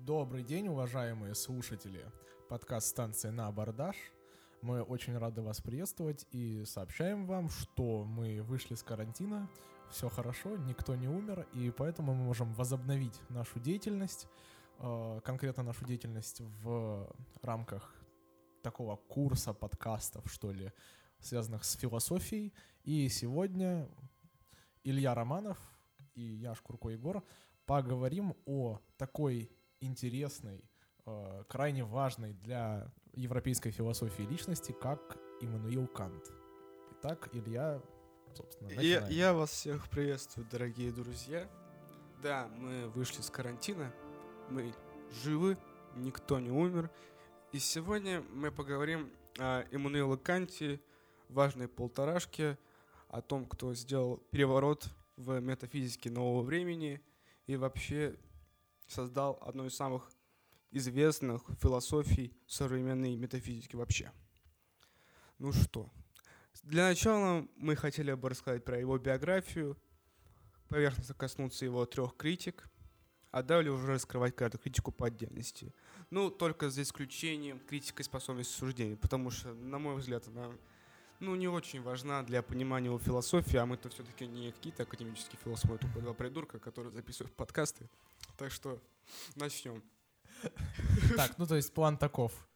Добрый день, уважаемые слушатели подкаст-станции «На абордаж». Мы очень рады вас приветствовать и сообщаем вам, что мы вышли с карантина, все хорошо, никто не умер, и поэтому мы можем возобновить нашу деятельность, конкретно нашу деятельность в рамках такого курса подкастов, что ли, связанных с философией. И сегодня Илья Романов и я, Шкурко Егор, поговорим о такой интересной, крайне важной для европейской философии личности, как Иммануил Кант. Итак, Илья, собственно, начинаем. Я вас всех приветствую, дорогие друзья. Да, мы вышли с карантина, мы живы, никто не умер. И сегодня мы поговорим о Иммануиле Канте, важной полторашке, о том, кто сделал переворот в метафизике нового времени и вообще создал одну из самых известных философий современной метафизики вообще. Ну что, для начала мы хотели бы рассказать про его биографию, поверхностно коснуться его 3 критик, а далее уже раскрывать каждую критику по отдельности. Ну, только за исключением критики способности суждения, потому что, на мой взгляд, она не очень важна для понимания его философии, а мы-то все-таки не какие-то академические философы, а только два придурка, которые записывают подкасты. Так что начнем. Так, то есть план таков.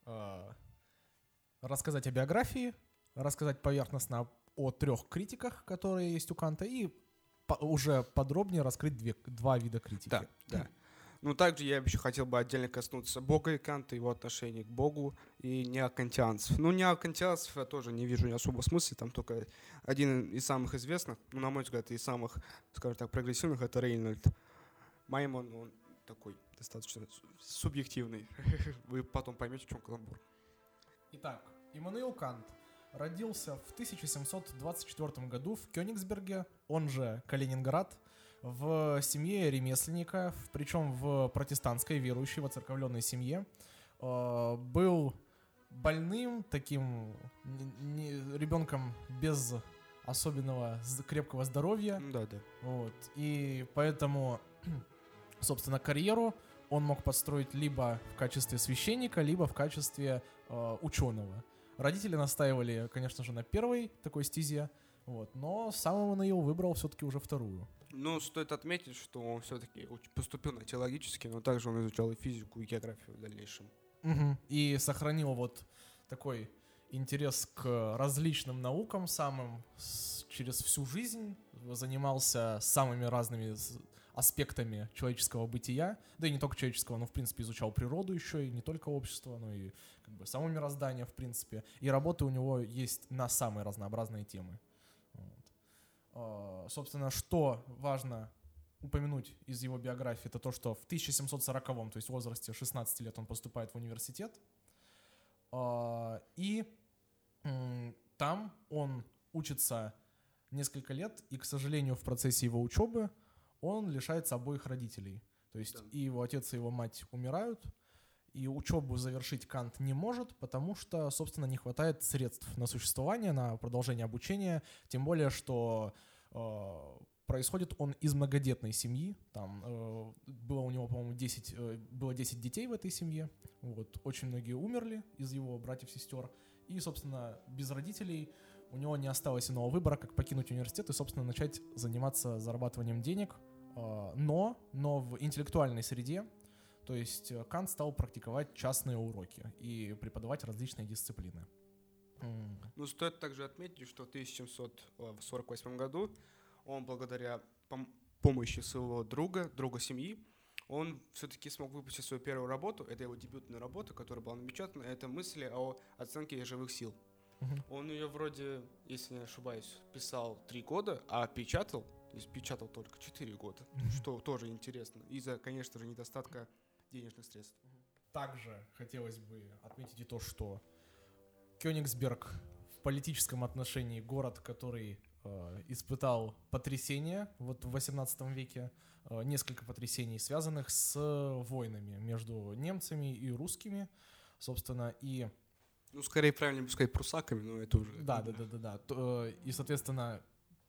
Рассказать о биографии, рассказать поверхностно о 3 критиках, которые есть у Канта, и уже подробнее раскрыть два вида критики. Да. Ну, также я еще хотел бы отдельно коснуться Бога и Канта, его отношения к Богу и неокантианцев. Неокантианцев я тоже не вижу ни особого смысла, там только один из самых известных, на мой взгляд, из самых, скажем так, прогрессивных, это Рейнольд Маймон, он такой достаточно субъективный. Вы потом поймете, в чем каламбур. Итак, Иммануил Кант родился в 1724 году в Кёнигсберге, он же Калининград, в семье ремесленника, причем в протестантской, верующей, воцерковленной семье. Был больным, таким ребенком без особенного крепкого здоровья. Да. Вот. И поэтому, собственно, карьеру он мог построить либо в качестве священника, либо в качестве ученого. Родители настаивали, конечно же, на первой такой стезе, но сам Иммануил выбрал все-таки уже вторую. Стоит отметить, что он все-таки поступил на теологический, но также он изучал и физику, и географию в дальнейшем. Угу. И сохранил такой интерес к различным наукам через всю жизнь, занимался самыми разными аспектами человеческого бытия, да и не только человеческого, но в принципе изучал природу еще, и не только общество, но и само мироздание в принципе. И работы у него есть на самые разнообразные темы. Собственно, что важно упомянуть из его биографии, это то, что в 1740-м, то есть в возрасте 16 лет, он поступает в университет, и там он учится несколько лет, и, к сожалению, в процессе его учебы он лишается обоих родителей. То есть и его отец, и его мать умирают, и учебу завершить Кант не может, потому что, собственно, не хватает средств на существование, на продолжение обучения, тем более, что происходит он из многодетной семьи, там было у него, по-моему, 10 детей в этой семье, очень многие умерли из его братьев-сестер, и, собственно, без родителей у него не осталось иного выбора, как покинуть университет и, собственно, начать заниматься зарабатыванием денег, но в интеллектуальной среде. То есть Кант стал практиковать частные уроки и преподавать различные дисциплины. Стоит также отметить, что в 1748 году он благодаря помощи своего друга семьи, он все-таки смог выпустить свою первую работу. Это его дебютная работа, которая была напечатана. Это «Мысли о оценке живых сил». Он ее вроде, если не ошибаюсь, писал 3 года, а печатал только 4 года, что тоже интересно, из-за, конечно же, недостатка денежных средств. Также хотелось бы отметить и то, что Кёнигсберг в политическом отношении город, который испытал потрясения в 18 веке, несколько потрясений, связанных с войнами между немцами и русскими, собственно, и... скорее правильно бы сказать прусаками, но это уже... Да. И, соответственно,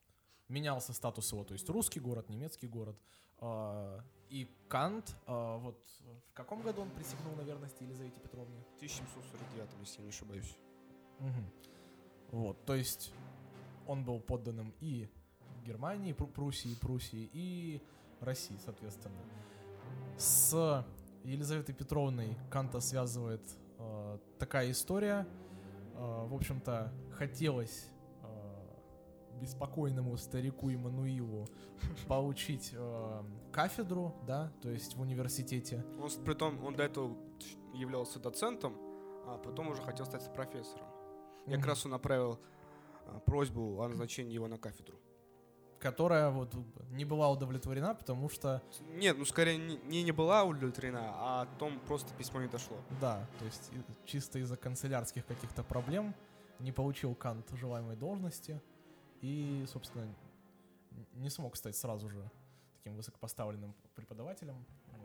менялся статус его, то есть русский город, немецкий город. И Кант, вот в каком году он присягнул на верность Елизавете Петровне? В 1749, если я не ошибаюсь. Вот, то есть он был подданным и Германии, Пруссии и России, соответственно. С Елизаветой Петровной Канта связывает такая история. В общем-то, хотелось беспокойному старику Иммануилу получить кафедру, да, то есть в университете. Притом он до этого являлся доцентом, а потом уже хотел стать профессором. И как раз он направил просьбу о назначении его на кафедру. Которая вот не была удовлетворена, потому что... Нет, скорее не была удовлетворена, а о том просто письмо не дошло. Да, то есть чисто из-за канцелярских каких-то проблем не получил Кант желаемой должности и, собственно, не смог стать сразу же таким высокопоставленным преподавателем.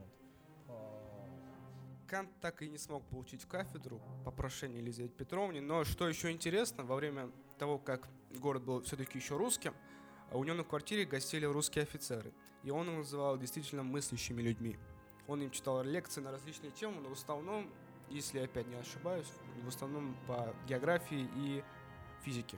Кант так и не смог получить кафедру по прошению Елизаветы Петровны, но что еще интересно, во время того, как город был все-таки еще русским, у него на квартире гостили русские офицеры, и он их называл действительно мыслящими людьми. Он им читал лекции на различные темы, но в основном, если я опять не ошибаюсь, в основном по географии и физике.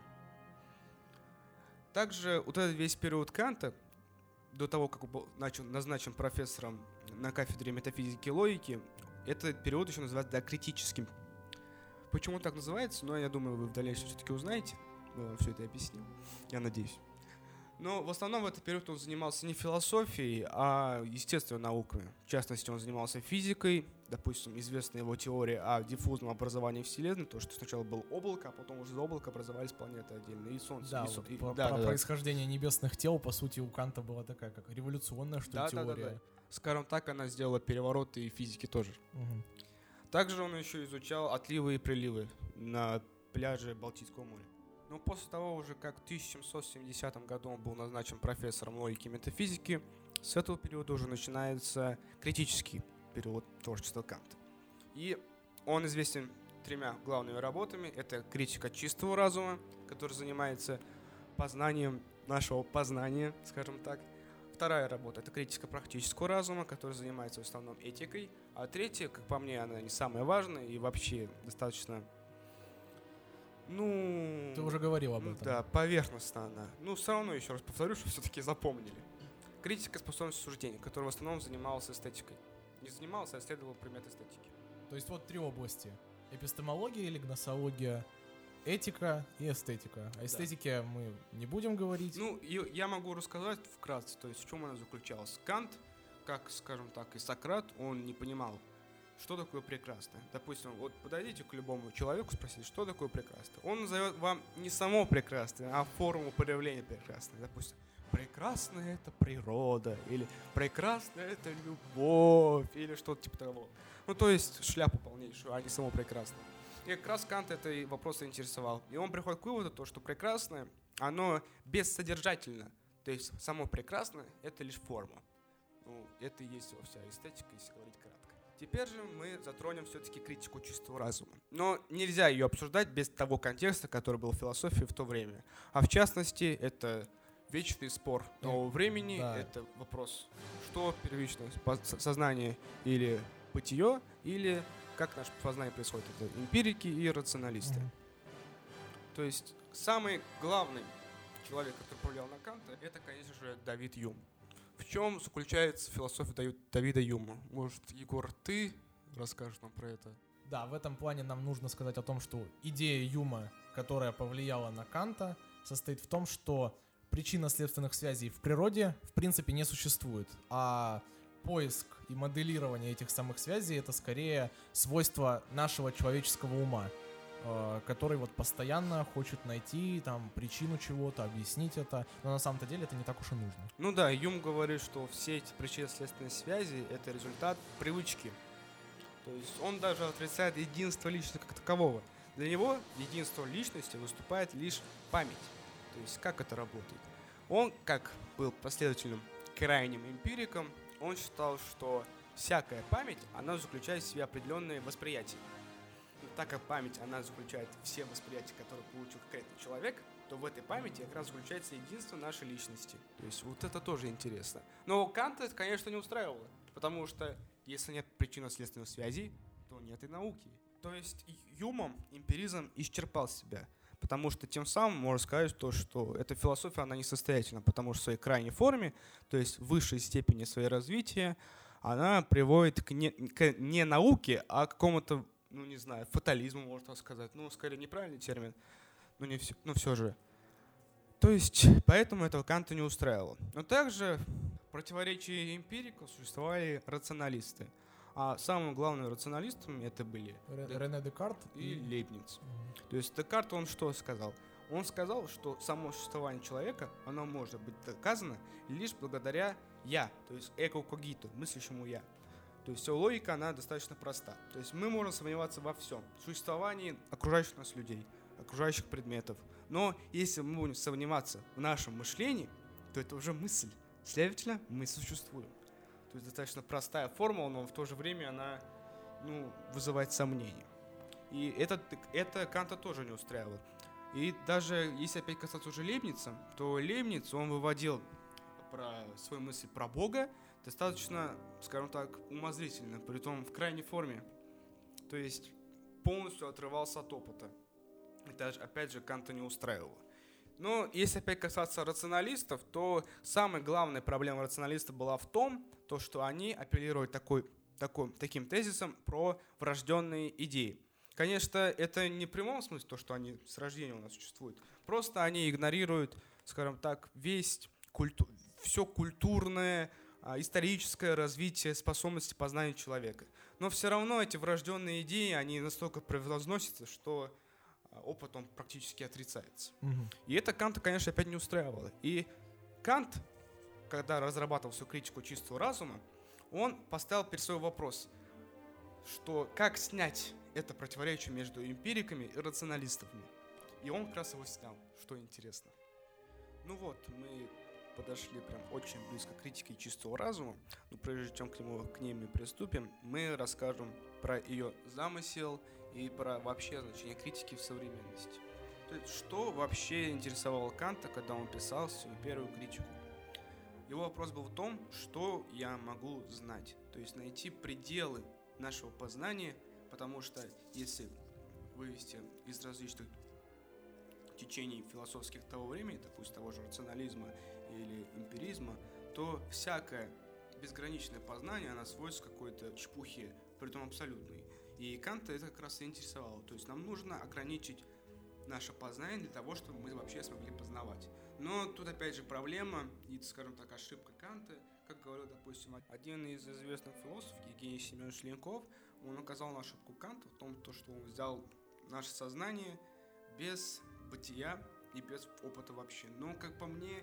Также вот этот весь период Канта, до того, как он был назначен профессором на кафедре метафизики и логики, этот период еще называется докритическим. Почему так называется? Но я думаю, вы в дальнейшем все-таки узнаете. Я вам все это объяснил. Я надеюсь. Но в основном в этот период он занимался не философией, а естественными науками. В частности, он занимался физикой. Допустим, известна его теория о диффузном образовании Вселенной, то, что сначала было облако, а потом уже из облака образовались планеты отдельно, и Солнце. Да, про происхождение небесных тел, по сути, у Канта была такая, как революционная, что ли, теория. Да. Скажем так, она сделала перевороты и физики тоже. Также он еще изучал отливы и приливы на пляже Балтийского моря. Но после того, уже как в 1770 году он был назначен профессором логики и метафизики, с этого периода уже начинается критический период творчества Канта. И он известен тремя главными работами. Это критика чистого разума, который занимается познанием нашего познания, скажем так. Вторая работа — это критика практического разума, который занимается в основном этикой. А третья, как по мне, она не самая важная и вообще достаточно... Ты уже говорил об этом. Да, поверхностно она. Все равно еще раз повторю, что все-таки запомнили. Критика способности суждения, который в основном занимался эстетикой. Не занимался, а исследовал предмет эстетики. То есть вот три области. Эпистемология или гносеология, этика и эстетика. О эстетике мы не будем говорить. Я могу рассказать вкратце, то есть в чем она заключалась. Кант, как, скажем так, и Сократ, он не понимал, что такое прекрасное. Допустим, вот подойдите к любому человеку, спросите, что такое прекрасное. Он назовет вам не само прекрасное, а форму проявления прекрасного. Допустим, прекрасное — это природа, или прекрасное — это любовь, или что-то типа того. То есть шляпу полнейшую, а не само прекрасное. И как раз Кант этот вопрос интересовал. И он приходит к выводу, что прекрасное, оно бессодержательно. То есть само прекрасное — это лишь форма. Это и есть вся эстетика, если говорить кратко. Теперь же мы затронем все-таки критику чистого разума. Но нельзя ее обсуждать без того контекста, который был в философии в то время. А в частности, это вечный спор нового времени. Да. Это вопрос, что первично, сознание или бытие, или как наше познание происходит. Это эмпирики и рационалисты. То есть самый главный человек, который повлиял на Канта, это, конечно же, Давид Юм. В чем заключается философия Давида Юма? Может, Егор, ты расскажешь нам про это? Да, в этом плане нам нужно сказать о том, что идея Юма, которая повлияла на Канта, состоит в том, что причинно-следственных связей в природе в принципе не существует, а поиск и моделирование этих самых связей — это скорее свойство нашего человеческого ума, который вот постоянно хочет найти там причину чего-то, объяснить это, но на самом-то деле это не так уж и нужно. Юм говорит, что все эти причинно-следственные связи — это результат привычки. То есть он даже отрицает единство личности как такового. Для него единство личности выступает лишь память. То есть как это работает? Он, как был последовательным крайним эмпириком, он считал, что всякая память, она заключает в себе определенные восприятия. Так как память, она заключает все восприятия, которые получил конкретный человек, то в этой памяти как раз заключается единство нашей личности. То есть вот это тоже интересно. Но Канта это, конечно, не устраивало, потому что если нет причинно-следственных связей, то нет и науки. То есть Юмом эмпиризм исчерпал себя, потому что тем самым можно сказать то, что эта философия, она несостоятельна, потому что в своей крайней форме, то есть в высшей степени своего развития, она приводит к не науке, а к какому-то, ну не знаю, фатализму, можно сказать. Ну, скорее, неправильный термин, но все же. То есть, поэтому этого Канта не устраивало. Но также в противоречии эмпириков существовали рационалисты. А самым главным рационалистами это были Рене Декарт и Лейбниц. То есть Декарт, он что сказал? Он сказал, что само существование человека, оно может быть доказано лишь благодаря «я», то есть «эго когито», мыслящему «я». То есть логика, она достаточно проста. То есть мы можем сомневаться во всем. В существовании окружающих нас людей, окружающих предметов. Но если мы будем сомневаться в нашем мышлении, то это уже мысль. Следовательно, мы существуем. То есть достаточно простая формула, но в то же время она вызывает сомнения. И это Канта тоже не устраивало. И даже если опять касаться уже Лейбница, то Лейбниц, он выводил свою мысль про Бога достаточно, скажем так, умозрительно, притом в крайней форме. То есть полностью отрывался от опыта. Это, опять же, Канта не устраивало. Но если опять касаться рационалистов, то самая главная проблема рационалистов была в том, что они апеллируют таким тезисом про врожденные идеи. Конечно, это не в прямом смысле то, что они с рождения у нас существуют. Просто они игнорируют, скажем так, все культурное, историческое развитие способности познания человека. Но все равно эти врожденные идеи, они настолько превозносятся, что опыт, он практически отрицается. И это Канта, конечно, опять не устраивало. И Кант, когда разрабатывал свою критику чистого разума, он поставил перед собой вопрос, что как снять это противоречие между эмпириками и рационалистами. И он как раз его снял, что интересно. Ну вот, мы подошли прям очень близко к критике чистого разума. Но прежде чем к ней мы приступим, мы расскажем про ее замысел и про вообще значение критики в современности. То есть, что вообще интересовало Канта, когда он писал свою первую критику? Его вопрос был в том, что я могу знать. То есть найти пределы нашего познания, потому что если вывести из различных течений философских того времени, допустим, того же рационализма или эмпиризма, то всякое безграничное познание, оно сводится к какой-то чепухе, притом абсолютной. И Канта это как раз и интересовало. То есть нам нужно ограничить наше познание для того, чтобы мы вообще смогли познавать. Но тут опять же проблема, и, скажем так, ошибка Канта, как говорил, допустим, один из известных философов, Евгений Семенович Ленков, он указал на ошибку Канта в том, что он взял наше сознание без бытия и без опыта вообще. Но, как по мне,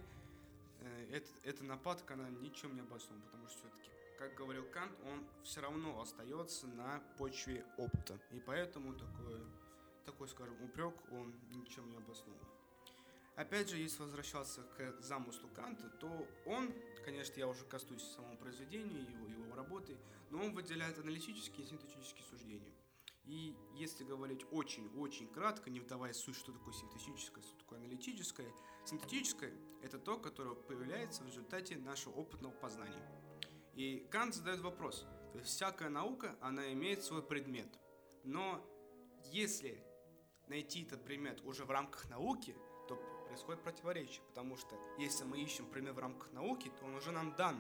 эта нападка, она ничем не обоснована, потому что все-таки, как говорил Кант, он все равно остается на почве опыта. И поэтому такой, скажем, упрек, он ничем не обоснован. Опять же, если возвращаться к замыслу Канта, то он, конечно, я уже коснусь самого произведения, его работы, но он выделяет аналитические и синтетические суждения. И если говорить очень-очень кратко, не вдавая в суть, что такое синтетическое, что такое аналитическое, синтетическое – это то, которое появляется в результате нашего опытного познания. И Кант задает вопрос, то есть всякая наука, она имеет свой предмет, но если найти этот предмет уже в рамках науки, то происходит противоречие, потому что если мы ищем предмет в рамках науки, то он уже нам дан.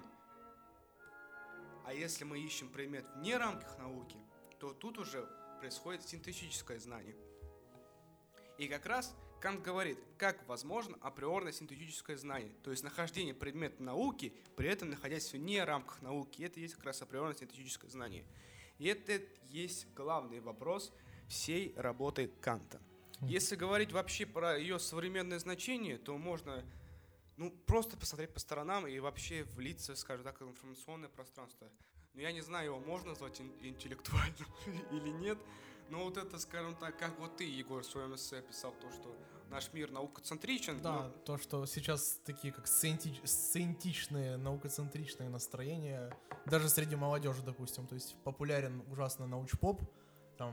А если мы ищем предмет вне рамках науки, то тут уже происходит синтетическое знание. И как раз Кант говорит, как возможно априорное синтетическое знание, то есть нахождение предмета науки, при этом находясь вне рамках науки, это есть как раз априорное синтетическое знание. И это есть главный вопрос всей работы Канта. Если говорить вообще про ее современное значение, то можно просто посмотреть по сторонам и вообще влиться, скажем так, в информационное пространство. Но я не знаю, его можно назвать интеллектуальным или нет, но вот это, скажем так, как вот ты, Егор, в своем эссе писал, то, что наш мир наукоцентричен. Да, то, что сейчас такие как сциентичные, наукоцентричные настроения, даже среди молодежи, допустим, то есть популярен ужасно научпоп, там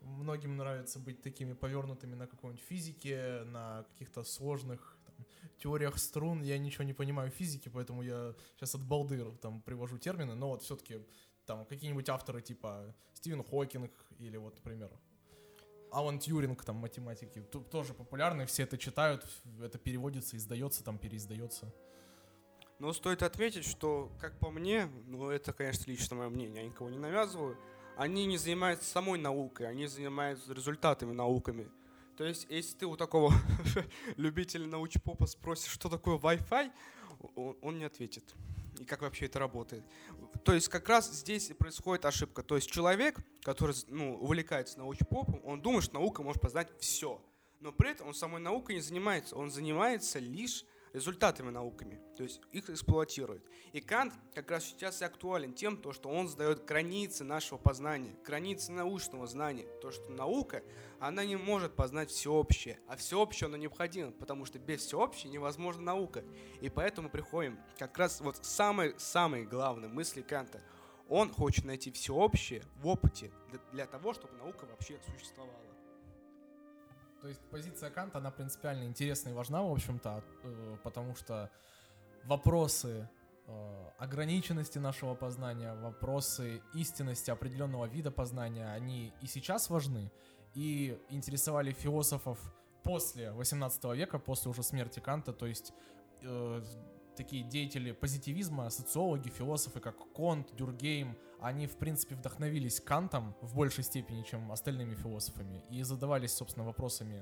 многим нравится быть такими повернутыми на какой-нибудь физике, на каких-то сложных там, теориях струн. Я ничего не понимаю в физике, поэтому я сейчас от балды там привожу термины, но вот все-таки там какие-нибудь авторы типа Стивен Хокинг или вот, например, Алан Тьюринг, там, математики, тоже популярны, все это читают, это переводится, издается, там, переиздается. Но стоит отметить, что, как по мне, ну это, конечно, лично мое мнение, я никого не навязываю, они не занимаются самой наукой, они занимаются результатами науками. То есть, если ты у такого любителя научпопа спросишь, что такое Wi-Fi, он не ответит. И как вообще это работает. То есть как раз здесь и происходит ошибка. То есть человек, который увлекается научпопом, он думает, что наука может познать все. Но при этом он самой наукой не занимается. Он занимается лишь результатами науками. То есть их эксплуатирует. И Кант как раз сейчас и актуален тем, что он задает границы нашего познания, границы научного знания. То, что наука, она не может познать всеобщее. А всеобщее оно необходимо, потому что без всеобщего невозможна наука. И поэтому приходим как раз вот самые главные мысли Канта. Он хочет найти всеобщее в опыте для того, чтобы наука вообще существовала. То есть позиция Канта, она принципиально интересна и важна, в общем-то, потому что вопросы ограниченности нашего познания, вопросы истинности определенного вида познания, они и сейчас важны, и интересовали философов после 18 века, после уже смерти Канта, то есть такие деятели позитивизма, социологи, философы, как Конт, Дюркгейм, они, в принципе, вдохновились Кантом в большей степени, чем остальными философами, и задавались, собственно, вопросами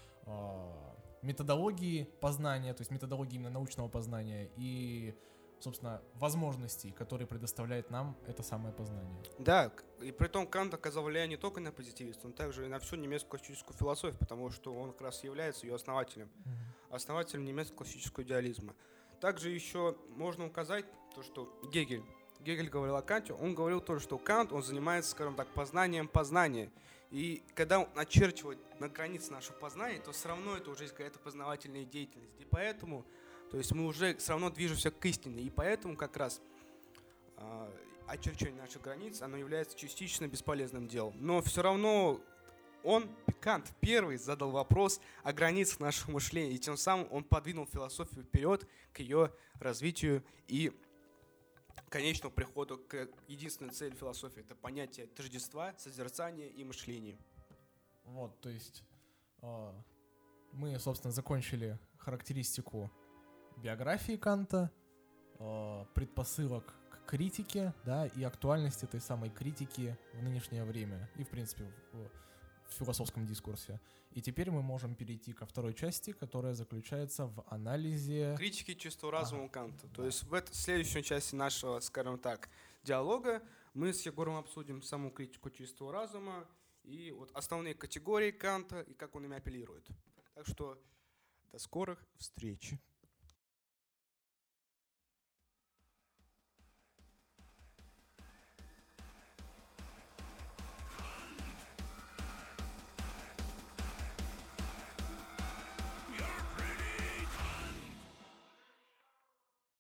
методологии познания, то есть методологии именно научного познания, и, собственно, возможностей, которые предоставляет нам это самое познание. Да, и при том Кант оказал влияние не только на позитивистов, но также и на всю немецкую классическую философию, потому что он как раз является ее основателем, основателем немецкого классического идеализма. Также еще можно указать то, что Гегель говорил о Канте, он говорил тоже, что Кант, он занимается, скажем так, познанием познания. И когда он очерчивает на границе нашего познания, то все равно это уже есть какая-то познавательная деятельность. И поэтому, то есть мы уже все равно движемся к истине. И поэтому как раз очерчивание наших границ, оно является частично бесполезным делом. Но все равно Кант первый задал вопрос о границах нашего мышления, и тем самым он подвинул философию вперед к ее развитию и конечному приходу к единственной цели философии. Это понятие тождества, созерцания и мышления. Вот, то есть мы, собственно, закончили характеристику биографии Канта, предпосылок к критике, да, и актуальности этой самой критики в нынешнее время и, в принципе, в философском дискурсе. И теперь мы можем перейти ко второй части, которая заключается в анализе... критики чистого разума Канта. То есть в следующей части нашего, скажем так, диалога мы с Егором обсудим саму критику чистого разума и вот основные категории Канта и как он ими апеллирует. Так что до скорых встреч.